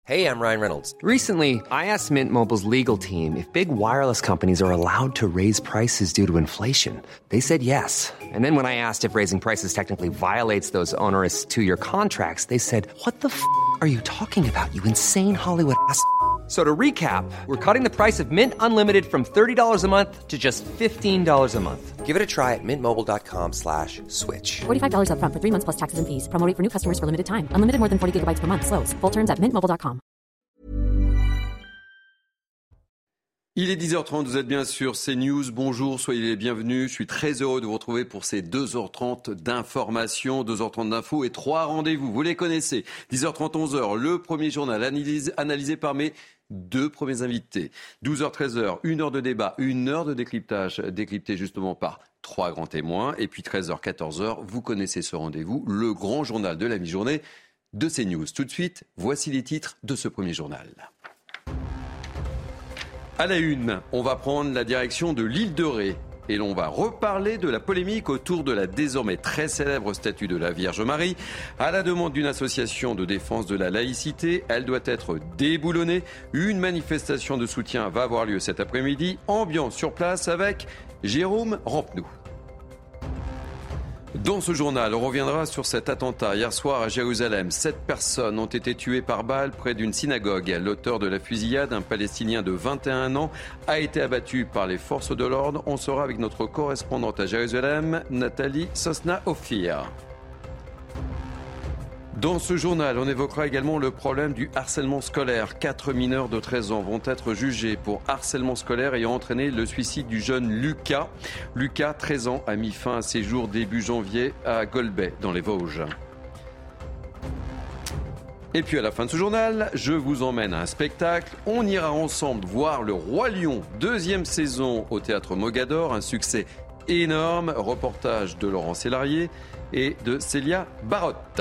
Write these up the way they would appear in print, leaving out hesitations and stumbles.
Hey, I'm Ryan Reynolds. Recently, I asked Mint Mobile's legal team if big wireless companies are allowed to raise prices due to inflation. They said yes. And then when I asked if raising prices technically violates those onerous two-year contracts, they said, "What the f*** are you talking about, you insane Hollywood ass?" So to recap, we're cutting the price of Mint Unlimited from $30 a month to just $15 a month. Give it a try at mintmobile.com/switch. $45 up front for 3 months plus taxes and fees. Promo rate for new customers for limited time. Unlimited more than 40 gigabytes per month. Slows full terms at mintmobile.com. Il est 10h30, vous êtes bien sûr CNews. Bonjour, soyez les bienvenus. Je suis très heureux de vous retrouver pour ces 2h30 d'informations, 2h30 d'infos et 3 rendez-vous. Vous les connaissez. 10h30, 11h, le premier journal analysé par mes 2 premiers invités. 12h, 13h, 1 heure de débat, 1 heure de décryptage, décrypté justement par 3 grands témoins. Et puis 13h, 14h, vous connaissez ce rendez-vous, le grand journal de la mi-journée de CNews. Tout de suite, voici les titres de ce premier journal. À la une, on va prendre la direction de l'île de Ré et l'on va reparler de la polémique autour de la désormais très célèbre statue de la Vierge Marie. À la demande d'une association de défense de la laïcité, elle doit être déboulonnée. Une manifestation de soutien va avoir lieu cet après-midi. Ambiance sur place avec Jérôme Rampenou. Dans ce journal, on reviendra sur cet attentat hier soir à Jérusalem. 7 personnes ont été tuées par balle près d'une synagogue. L'auteur de la fusillade, un Palestinien de 21 ans, a été abattu par les forces de l'ordre. On sera avec notre correspondante à Jérusalem, Nathalie Sosna-Ophir. Dans ce journal, on évoquera également le problème du harcèlement scolaire. 4 mineurs de 13 ans vont être jugés pour harcèlement scolaire ayant entraîné le suicide du jeune Lucas. Lucas, 13 ans, a mis fin à ses jours début janvier à Golbet, dans les Vosges. Et puis à la fin de ce journal, je vous emmène à un spectacle. On ira ensemble voir Le Roi Lion, 2e saison au Théâtre Mogador. Un succès énorme. Reportage de Laurent Sélarié et de Célia Barotte.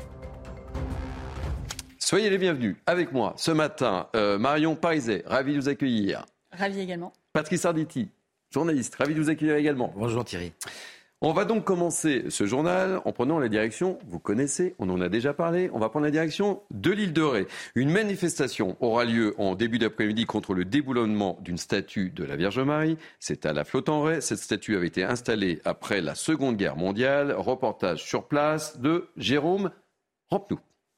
Soyez les bienvenus avec moi ce matin. Marion Pariset, ravi de vous accueillir. Ravi également. Patrice Arditi, journaliste, ravi de vous accueillir également. Bonjour Thierry. On va donc commencer ce journal en prenant la direction, vous connaissez, on en a déjà parlé, on va prendre la direction de l'île de Ré. Une manifestation aura lieu en début d'après-midi contre le déboulonnement d'une statue de la Vierge Marie. C'est à la Flotte-en-Ré. Cette statue avait été installée après la Seconde Guerre mondiale. Reportage sur place de Jérôme Rampenou.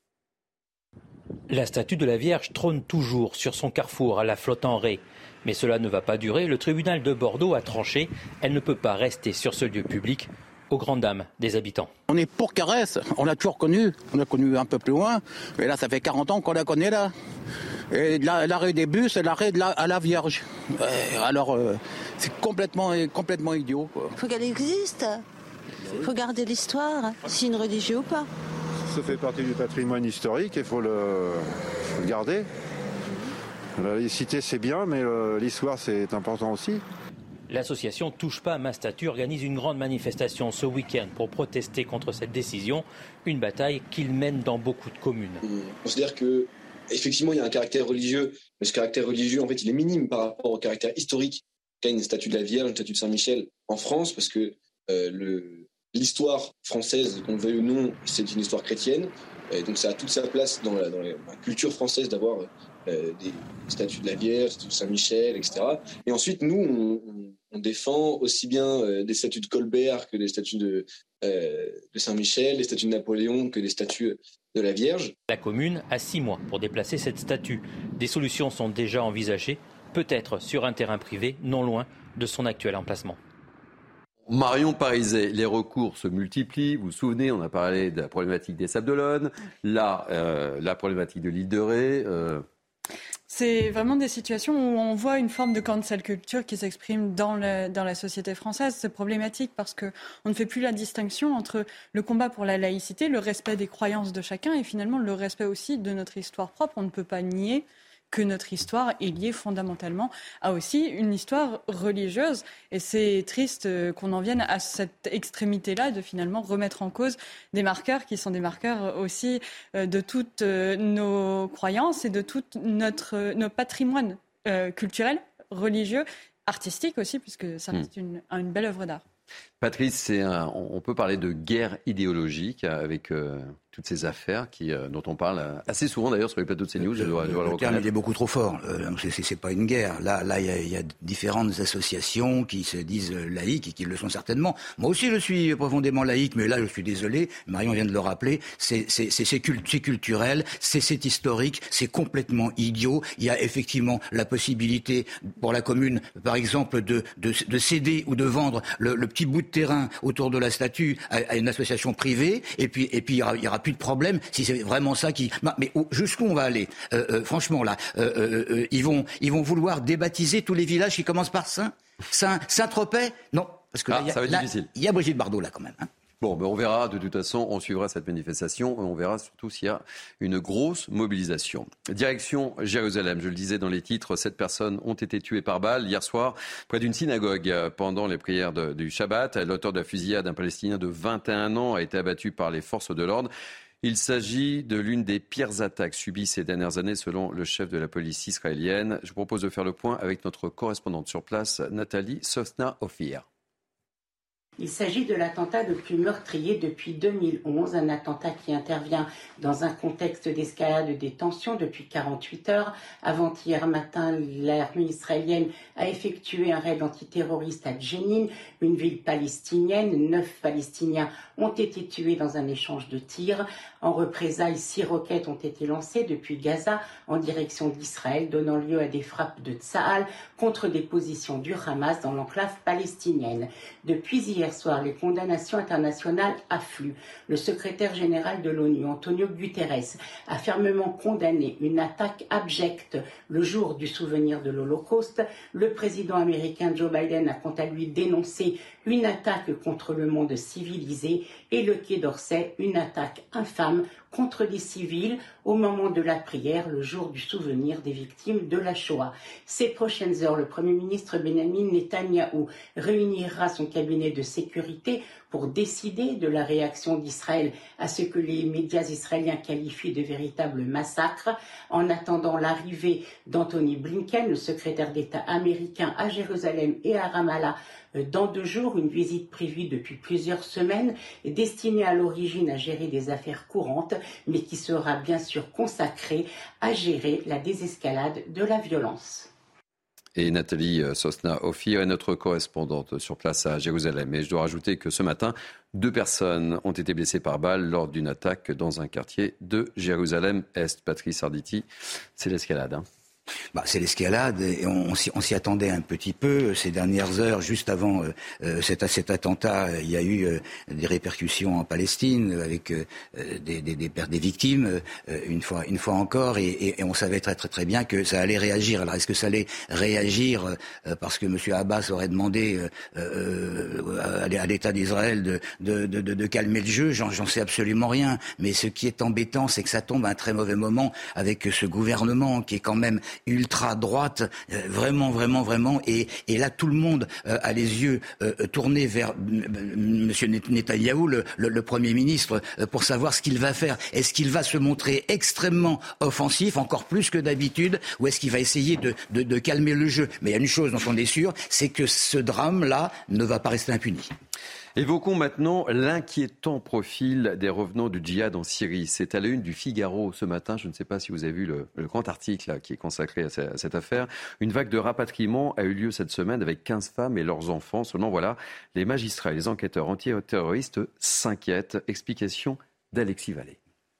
La statue de la Vierge trône toujours sur son carrefour à la Flotte-en-Ré. Mais cela ne va pas durer. Le tribunal de Bordeaux a tranché. Elle ne peut pas rester sur ce lieu public, aux grandes dames des habitants. On est pour Caresse, on l'a toujours connu. On l'a connu un peu plus loin. Mais là, ça fait 40 ans qu'on la connaît là. Et l'arrêt des bus, c'est l'arrêt à la Vierge. Alors, c'est complètement idiot, quoi. Il faut qu'elle existe. Il faut garder l'histoire, si une religion ou pas. Ça fait partie du patrimoine historique, il faut le garder. La laïcité, c'est bien, mais l'histoire, c'est important aussi. L'association Touche pas à ma statue organise une grande manifestation ce week-end pour protester contre cette décision, une bataille qu'ils mènent dans beaucoup de communes. On considère que, effectivement, il y a un caractère religieux, mais ce caractère religieux, en fait, il est minime par rapport au caractère historique qu'a une statue de la Vierge, une statue de Saint-Michel en France, parce que l'histoire française, qu'on le veuille ou non, c'est une histoire chrétienne, et donc ça a toute sa place dans la culture française d'avoir des statues de la Vierge, des statues de Saint-Michel, etc. Et ensuite, nous, on défend aussi bien des statues de Colbert que des statues de Saint-Michel, des statues de Napoléon que des statues de la Vierge. La commune a 6 mois pour déplacer cette statue. Des solutions sont déjà envisagées, peut-être sur un terrain privé, non loin de son actuel emplacement. Marion Pariset, les recours se multiplient. Vous vous souvenez, on a parlé de la problématique des Sables-d'Olonne, là, la problématique de l'île de Ré. C'est vraiment des situations où on voit une forme de cancel culture qui s'exprime dans la société française. C'est problématique parce qu'on ne fait plus la distinction entre le combat pour la laïcité, le respect des croyances de chacun et finalement le respect aussi de notre histoire propre. On ne peut pas nier que notre histoire est liée fondamentalement à aussi une histoire religieuse. Et c'est triste qu'on en vienne à cette extrémité-là de finalement remettre en cause des marqueurs qui sont des marqueurs aussi de toutes nos croyances et de tout nos patrimoines culturels, religieux, artistique aussi, puisque ça reste une belle œuvre d'art. Patrice, on peut parler de guerre idéologique avec toutes ces affaires dont on parle assez souvent d'ailleurs sur les plateaux de CNews, je dois le reconnaître. Terme, il est beaucoup trop fort. C'est pas une guerre. Là, il y a différentes associations qui se disent laïques et qui le sont certainement. Moi aussi, je suis profondément laïque, mais là, je suis désolé. Marion vient de le rappeler. C'est culturel, c'est historique, c'est complètement idiot. Il y a effectivement la possibilité pour la commune, par exemple, de céder ou de vendre le petit bout de terrain autour de la statue à une association privée. Et puis il y aura plus de problème si c'est vraiment ça qui. Mais jusqu'où on va aller franchement là, ils vont vouloir débaptiser tous les villages qui commencent par Saint-Tropez. Non, parce que ça va être difficile. Il y a Brigitte Bardot là quand même. Bon, on verra, de toute façon, on suivra cette manifestation, on verra surtout s'il y a une grosse mobilisation. Direction Jérusalem, je le disais dans les titres, 7 personnes ont été tuées par balle hier soir près d'une synagogue pendant les prières du Shabbat. L'auteur de la fusillade, un Palestinien de 21 ans, a été abattu par les forces de l'ordre. Il s'agit de l'une des pires attaques subies ces dernières années selon le chef de la police israélienne. Je vous propose de faire le point avec notre correspondante sur place, Nathalie Sosna-Ophir. Il s'agit de l'attentat le plus meurtrier depuis 2011, un attentat qui intervient dans un contexte d'escalade des tensions depuis 48 heures. Avant-hier matin, l'armée israélienne a effectué un raid antiterroriste à Jenin, une ville palestinienne. 9 Palestiniens ont été tués dans un échange de tirs. En représailles, 6 roquettes ont été lancées depuis Gaza en direction d'Israël, donnant lieu à des frappes de Tsahal contre des positions du Hamas dans l'enclave palestinienne. Depuis hier soir, les condamnations internationales affluent. Le secrétaire général de l'ONU, Antonio Guterres, a fermement condamné une attaque abjecte le jour du souvenir de l'Holocauste. Le président américain Joe Biden a quant à lui dénoncé une attaque contre le monde civilisé et le Quai d'Orsay, une attaque infâme contre des civils au moment de la prière, le jour du souvenir des victimes de la Shoah. Ces prochaines heures, le Premier ministre Benjamin Netanyahou réunira son cabinet de sécurité pour décider de la réaction d'Israël à ce que les médias israéliens qualifient de véritable massacre. En attendant l'arrivée d'Anthony Blinken, le secrétaire d'État américain à Jérusalem et à Ramallah, dans 2 jours, une visite prévue depuis plusieurs semaines, destinée à l'origine à gérer des affaires courantes, mais qui sera bien sûr consacrée à gérer la désescalade de la violence. Et Nathalie Sosna-Ophir est notre correspondante sur place à Jérusalem. Et je dois rajouter que ce matin, 2 personnes ont été blessées par balle lors d'une attaque dans un quartier de Jérusalem-Est. Patrice Arditi, c'est l'escalade. C'est l'escalade et on s'y attendait un petit peu. Ces dernières heures, juste avant cet attentat, il y a eu des répercussions en Palestine avec des victimes une fois encore et on savait très très très bien que ça allait réagir. Alors est-ce que ça allait réagir parce que M. Abbas aurait demandé à l'État d'Israël de calmer le jeu? J'en sais absolument rien. Mais ce qui est embêtant, c'est que ça tombe à un très mauvais moment avec ce gouvernement qui est quand même ultra droite, vraiment. Et là, tout le monde a les yeux tournés vers M. Netanyahou, le Premier ministre, pour savoir ce qu'il va faire. Est-ce qu'il va se montrer extrêmement offensif, encore plus que d'habitude, ou est-ce qu'il va essayer de calmer le jeu? Mais il y a une chose dont on est sûr, c'est que ce drame-là ne va pas rester impuni. Évoquons maintenant l'inquiétant profil des revenants du djihad en Syrie. C'est à la une du Figaro ce matin. Je ne sais pas si vous avez vu le grand article là, qui est consacré à cette affaire. Une vague de rapatriement a eu lieu cette semaine avec 15 femmes et leurs enfants. Seulement, voilà, les magistrats et les enquêteurs antiterroristes s'inquiètent. Explication d'Alexis Vallée.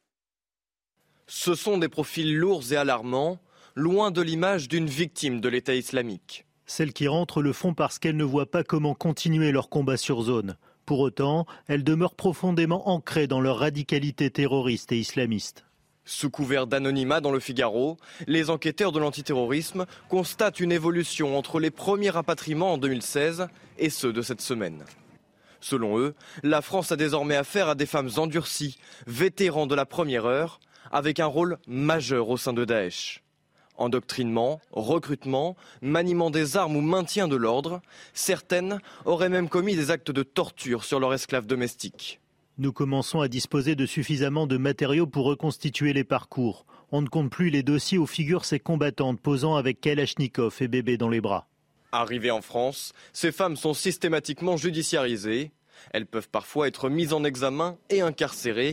Ce sont des profils lourds et alarmants, loin de l'image d'une victime de l'État islamique. Celles qui rentrent le font parce qu'elles ne voient pas comment continuer leur combat sur zone. Pour autant, elles demeurent profondément ancrées dans leur radicalité terroriste et islamiste. Sous couvert d'anonymat dans le Figaro, les enquêteurs de l'antiterrorisme constatent une évolution entre les premiers rapatriements en 2016 et ceux de cette semaine. Selon eux, la France a désormais affaire à des femmes endurcies, vétérans de la première heure, avec un rôle majeur au sein de Daesh. Endoctrinement, recrutement, maniement des armes ou maintien de l'ordre, certaines auraient même commis des actes de torture sur leurs esclaves domestiques. Nous commençons à disposer de suffisamment de matériaux pour reconstituer les parcours. On ne compte plus les dossiers où figurent ces combattantes posant avec Kalachnikov et bébé dans les bras. Arrivées en France, ces femmes sont systématiquement judiciarisées. Elles peuvent parfois être mises en examen et incarcérées,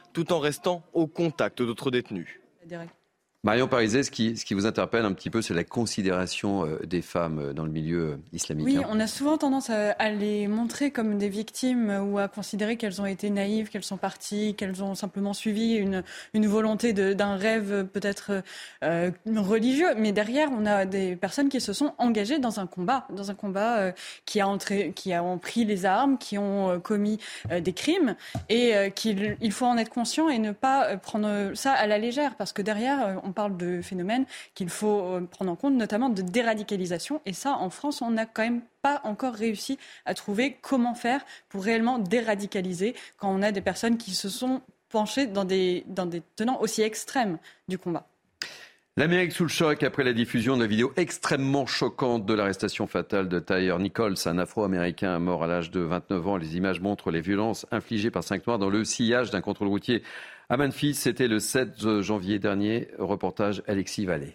tout en restant au contact d'autres détenus. Marion Parizet, ce qui vous interpelle un petit peu, c'est la considération des femmes dans le milieu islamique. Oui, on a souvent tendance à les montrer comme des victimes ou à considérer qu'elles ont été naïves, qu'elles sont parties, qu'elles ont simplement suivi une volonté d'un rêve peut-être religieux. Mais derrière, on a des personnes qui se sont engagées dans un combat qui ont pris les armes, qui ont commis des crimes, et il faut en être conscient et ne pas prendre ça à la légère, parce que derrière, on parle de phénomènes qu'il faut prendre en compte, notamment de déradicalisation. Et ça, en France, on n'a quand même pas encore réussi à trouver comment faire pour réellement déradicaliser quand on a des personnes qui se sont penchées dans des tenants aussi extrêmes du combat. L'Amérique sous le choc après la diffusion de la vidéo extrêmement choquante de l'arrestation fatale de Tyre Nichols, un Afro-Américain mort à l'âge de 29 ans. Les images montrent les violences infligées par 5 Noirs dans le sillage d'un contrôle routier à Memphis. C'était le 7 janvier dernier. Reportage Alexis Vallée.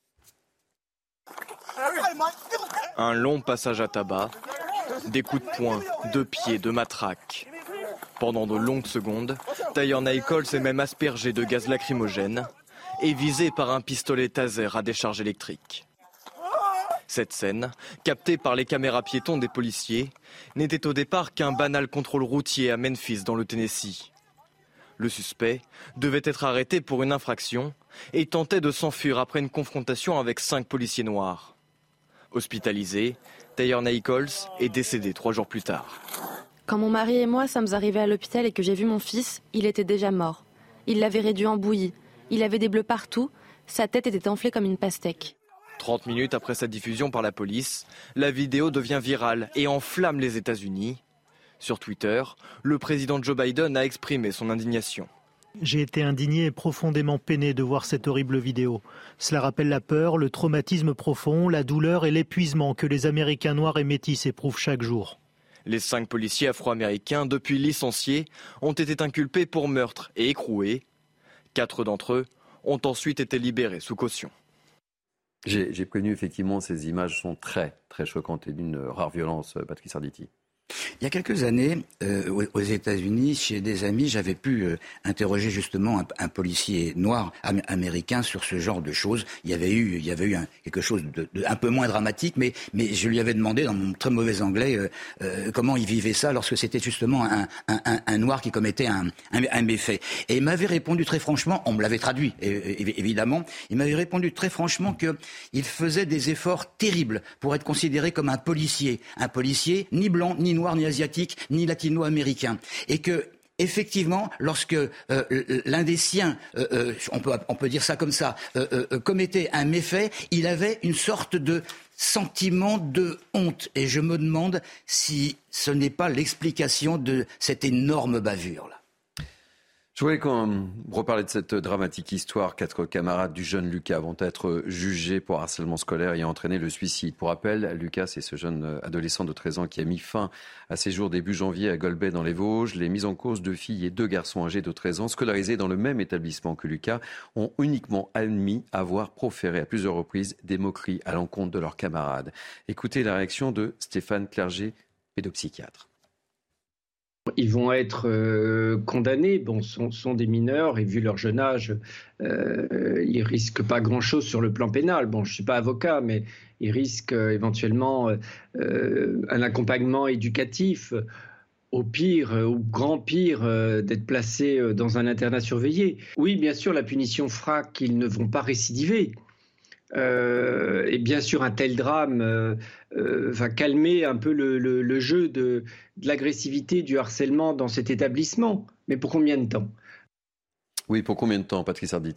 Un long passage à tabac, des coups de poing, de pied, de matraque. Pendant de longues secondes, Tyre Nichols est même aspergé de gaz lacrymogène et visé par un pistolet taser à décharge électrique. Cette scène, captée par les caméras piétons des policiers, n'était au départ qu'un banal contrôle routier à Memphis dans le Tennessee. Le suspect devait être arrêté pour une infraction et tentait de s'enfuir après une confrontation avec 5 policiers noirs. Hospitalisé, Tyre Nichols est décédé 3 jours plus tard. Quand mon mari et moi sommes arrivés à l'hôpital et que j'ai vu mon fils, il était déjà mort. Il l'avait réduit en bouillie. Il avait des bleus partout, sa tête était enflée comme une pastèque. 30 minutes après sa diffusion par la police, la vidéo devient virale et enflamme les États-Unis. Sur Twitter, le président Joe Biden a exprimé son indignation. J'ai été indigné et profondément peiné de voir cette horrible vidéo. Cela rappelle la peur, le traumatisme profond, la douleur et l'épuisement que les Américains noirs et métis éprouvent chaque jour. Les 5 policiers afro-américains, depuis licenciés, ont été inculpés pour meurtre et écroués. 4 d'entre eux ont ensuite été libérés sous caution. J'ai prévenu, effectivement, ces images sont très, très choquantes et d'une rare violence, Patrice Arditi. Il y a quelques années, aux États-Unis, chez des amis, j'avais pu interroger justement un policier noir américain sur ce genre de choses. Il y avait eu quelque chose de un peu moins dramatique, mais je lui avais demandé, dans mon très mauvais anglais, comment il vivait ça lorsque c'était justement un noir qui commettait un méfait. Et il m'avait répondu très franchement, on me l'avait traduit évidemment, il m'avait répondu très franchement qu'il faisait des efforts terribles pour être considéré comme un policier ni blanc, ni noir, ni asiatique, ni latino-américain. Et que, effectivement, lorsque l'un des siens, on peut dire ça comme ça, commettait un méfait, il avait une sorte de sentiment de honte. Et je me demande si ce n'est pas l'explication de cette énorme bavure-là. Je voulais qu'on reparler de cette dramatique histoire. 4 camarades du jeune Lucas vont être jugés pour harcèlement scolaire ayant entraîné le suicide. Pour rappel, Lucas, c'est ce jeune adolescent de 13 ans qui a mis fin à ses jours début janvier à Golbet dans les Vosges. Les mises en cause, 2 filles et 2 garçons âgés de 13 ans, scolarisés dans le même établissement que Lucas, ont uniquement admis avoir proféré à plusieurs reprises des moqueries à l'encontre de leurs camarades. Écoutez la réaction de Stéphane Clerget, pédopsychiatre. Ils vont être condamnés, sont des mineurs et vu leur jeune âge, ils risquent pas grand-chose sur le plan pénal. Je suis pas avocat, mais ils risquent éventuellement un accompagnement éducatif. Au pire, au grand pire, d'être placés dans un internat surveillé. Oui, bien sûr, la punition fera qu'ils ne vont pas récidiver. Et bien sûr, un tel drame va calmer un peu le jeu de l'agressivité, du harcèlement dans cet établissement. Mais pour combien de temps ? Oui, pour combien de temps, Patrice Arditi ?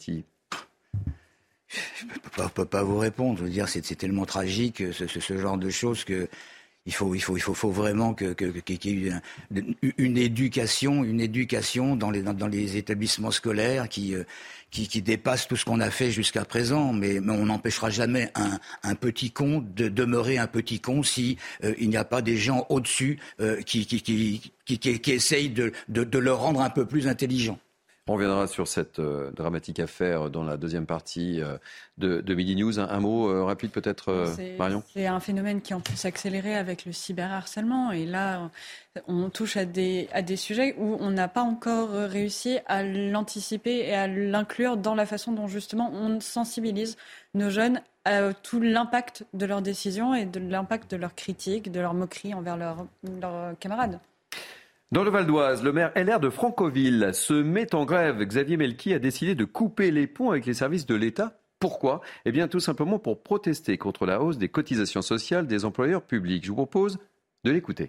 Je ne peux pas vous répondre. Je veux dire, c'est tellement tragique, ce genre de choses que... Il faut vraiment qu'il y ait une éducation dans les établissements scolaires qui dépasse tout ce qu'on a fait jusqu'à présent. Mais on n'empêchera jamais un petit con de demeurer un petit con si il n'y a pas des gens au-dessus qui essayent de le rendre un peu plus intelligent. On reviendra sur cette dramatique affaire dans la deuxième partie de Midi News. Un mot rapide peut-être, Marion ? C'est un phénomène qui en plus accéléré avec le cyberharcèlement. Et là, on touche à des sujets où on n'a pas encore réussi à l'anticiper et à l'inclure dans la façon dont justement on sensibilise nos jeunes à tout l'impact de leurs décisions et de l'impact de leurs critiques, de leurs moqueries envers leurs camarades. Dans le Val d'Oise, le maire LR de Francoville se met en grève. Xavier Melki a décidé de couper les ponts avec les services de l'État. Pourquoi ? Eh bien, tout simplement pour protester contre la hausse des cotisations sociales des employeurs publics. Je vous propose de l'écouter.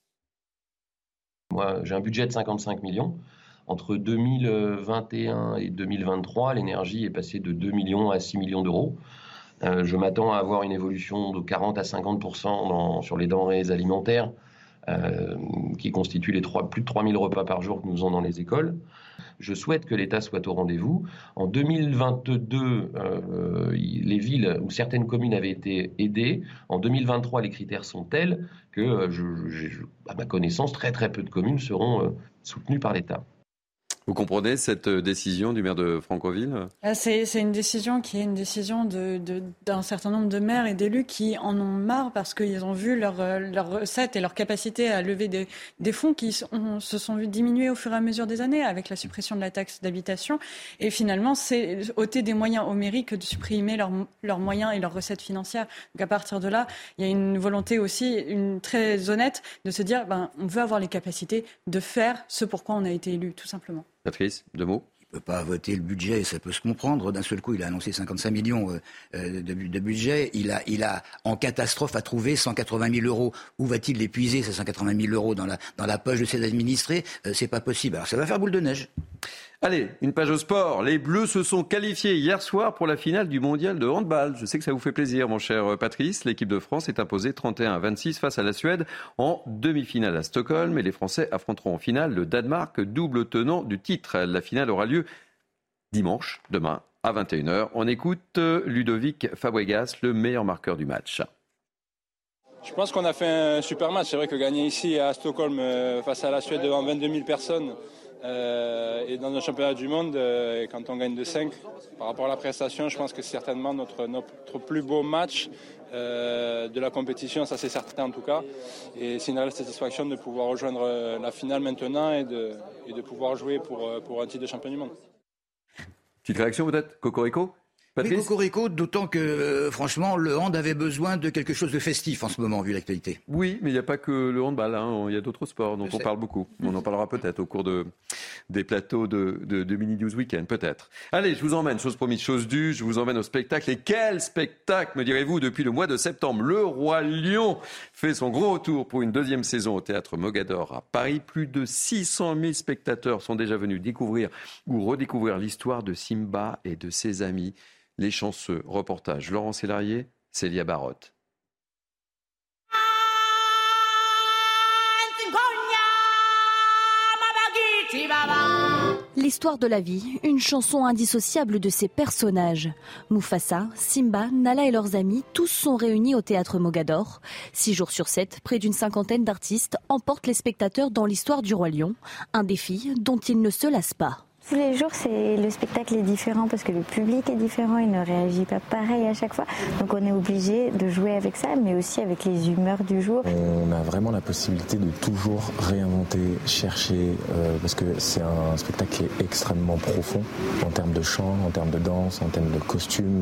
Moi, j'ai un budget de 55 millions. Entre 2021 et 2023, l'énergie est passée de 2 millions à 6 millions d'euros. Je m'attends à avoir une évolution de 40 à 50% sur les denrées alimentaires, qui constituent plus de 3000 repas par jour que nous avons dans les écoles. Je souhaite que l'État soit au rendez-vous. En 2022, les villes ou certaines communes avaient été aidées. En 2023, les critères sont tels que, à ma connaissance, très très peu de communes seront soutenues par l'État. Vous comprenez cette décision du maire de Francoville ? C'est une décision qui est une décision d'un certain nombre de maires et d'élus qui en ont marre parce qu'ils ont vu leurs recettes et leur capacité à lever des fonds qui se sont vus diminuer au fur et à mesure des années avec la suppression de la taxe d'habitation. Et finalement, c'est ôter des moyens aux mairies que de supprimer leurs moyens et leurs recettes financières. Donc à partir de là, il y a une volonté aussi très honnête de se dire on veut avoir les capacités de faire ce pourquoi on a été élu, tout simplement. Patrice, 2 mots. Il ne peut pas voter le budget, ça peut se comprendre. D'un seul coup, il a annoncé 55 millions de budget. Il a en catastrophe à trouver 180 000 euros. Où va-t-il l'épuiser, ces 180 000 euros dans la poche de ses administrés ? C'est pas possible. Alors ça va faire boule de neige. Allez, une page au sport. Les Bleus se sont qualifiés hier soir pour la finale du mondial de handball. Je sais que ça vous fait plaisir, mon cher Patrice. L'équipe de France est imposée 31-26 face à la Suède en demi-finale à Stockholm. Et les Français affronteront en finale le Danemark, double tenant du titre. La finale aura lieu dimanche, demain, à 21h. On écoute Ludovic Fabregas, le meilleur marqueur du match. Je pense qu'on a fait un super match. C'est vrai que gagner ici à Stockholm face à la Suède devant 22 000 personnes, et dans un championnat du monde, quand on gagne de 5, par rapport à la prestation, je pense que c'est certainement notre plus beau match de la compétition, ça c'est certain en tout cas. Et c'est une réelle satisfaction de pouvoir rejoindre la finale maintenant et de pouvoir jouer pour un titre de champion du monde. Petite réaction peut-être, Cocorico ? Oui, Cocorico, d'autant que, franchement, le hand avait besoin de quelque chose de festif en ce moment, vu l'actualité. Oui, mais il n'y a pas que le handball, il y a d'autres sports dont on parle beaucoup. On en parlera peut-être au cours des plateaux de Mini News Weekend, peut-être. Allez, je vous emmène, chose promise, chose due, je vous emmène au spectacle. Et quel spectacle, me direz-vous, depuis le mois de septembre. Le Roi Lion fait son gros retour pour une deuxième saison au Théâtre Mogador à Paris. Plus de 600 000 spectateurs sont déjà venus découvrir ou redécouvrir l'histoire de Simba et de ses amis. Les chanceux, reportage Laurent Sélarié, Célia Barotte. L'histoire de la vie, une chanson indissociable de ses personnages. Mufasa, Simba, Nala et leurs amis, tous sont réunis au Théâtre Mogador. 6 jours sur 7, près d'une cinquantaine d'artistes emportent les spectateurs dans l'histoire du Roi Lion. Un défi dont ils ne se lassent pas. Tous les jours, le spectacle est différent parce que le public est différent, il ne réagit pas pareil à chaque fois. Donc on est obligé de jouer avec ça, mais aussi avec les humeurs du jour. On a vraiment la possibilité de toujours réinventer, chercher, parce que c'est un spectacle qui est extrêmement profond en termes de chant, en termes de danse, en termes de costumes.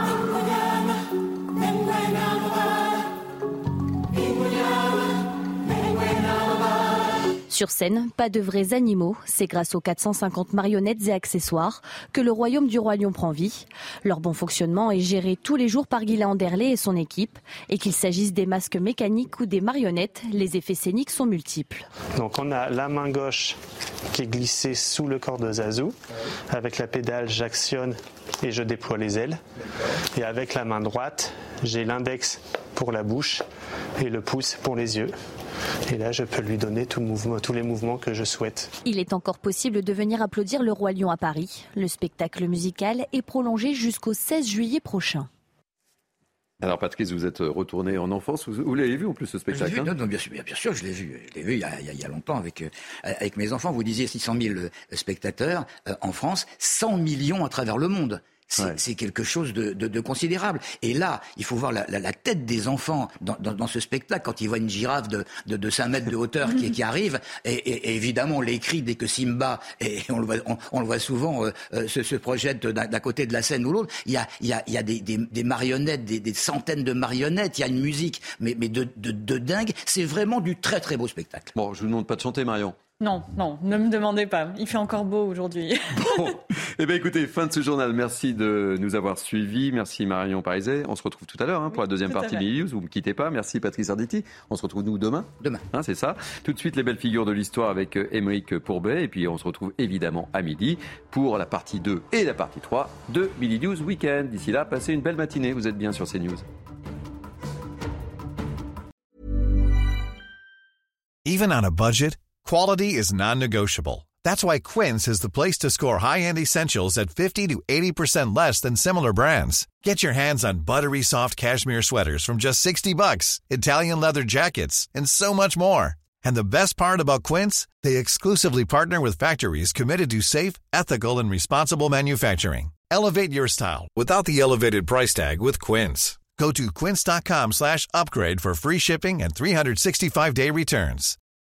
Sur scène, pas de vrais animaux. C'est grâce aux 450 marionnettes et accessoires que le royaume du Roi Lion prend vie. Leur bon fonctionnement est géré tous les jours par Guylain Anderlé et son équipe. Et qu'il s'agisse des masques mécaniques ou des marionnettes, les effets scéniques sont multiples. Donc on a la main gauche qui est glissée sous le corps de Zazu. Avec la pédale, j'actionne et je déploie les ailes. Et avec la main droite, j'ai l'index pour la bouche et le pouce pour les yeux. Et là, je peux lui donner tous les mouvements que je souhaite. Il est encore possible de venir applaudir le Roi Lion à Paris. Le spectacle musical est prolongé jusqu'au 16 juillet prochain. Alors Patrice, vous êtes retourné en enfance, vous l'avez vu en plus ce spectacle? Non, bien sûr, je l'ai vu. Je l'ai vu il y a longtemps avec mes enfants. Vous disiez 600 000 spectateurs en France, 100 millions à travers le monde. C'est quelque chose de considérable. Et là, il faut voir la tête des enfants dans ce spectacle quand ils voient une girafe de 5 mètres de hauteur qui arrive. Et évidemment, les cris dès que Simba, et on le voit souvent, se projette d'un côté de la scène ou l'autre. Il y a des marionnettes, des centaines de marionnettes. Il y a une musique, mais de dingue. C'est vraiment du très très beau spectacle. Bon, je vous demande pas de chanter, Marion. Non, ne me demandez pas. Il fait encore beau aujourd'hui. Bon, eh bien écoutez, fin de ce journal. Merci de nous avoir suivis. Merci Marion Pariset. On se retrouve tout à l'heure pour la deuxième partie de Midi News. Vous ne me quittez pas. Merci Patrice Arditi. On se retrouve nous demain. C'est ça. Tout de suite, les belles figures de l'histoire avec Émeric Pourbet. Et puis on se retrouve évidemment à midi pour la partie 2 et la partie 3 de Midi News Weekend. D'ici là, passez une belle matinée. Vous êtes bien sur CNews. Even on a budget, quality is non-negotiable. That's why Quince is the place to score high-end essentials at 50 to 80% less than similar brands. Get your hands on buttery soft cashmere sweaters from just $60, Italian leather jackets, and so much more. And the best part about Quince, they exclusively partner with factories committed to safe, ethical, and responsible manufacturing. Elevate your style without the elevated price tag with Quince. Go to quince.com/upgrade for free shipping and 365-day returns.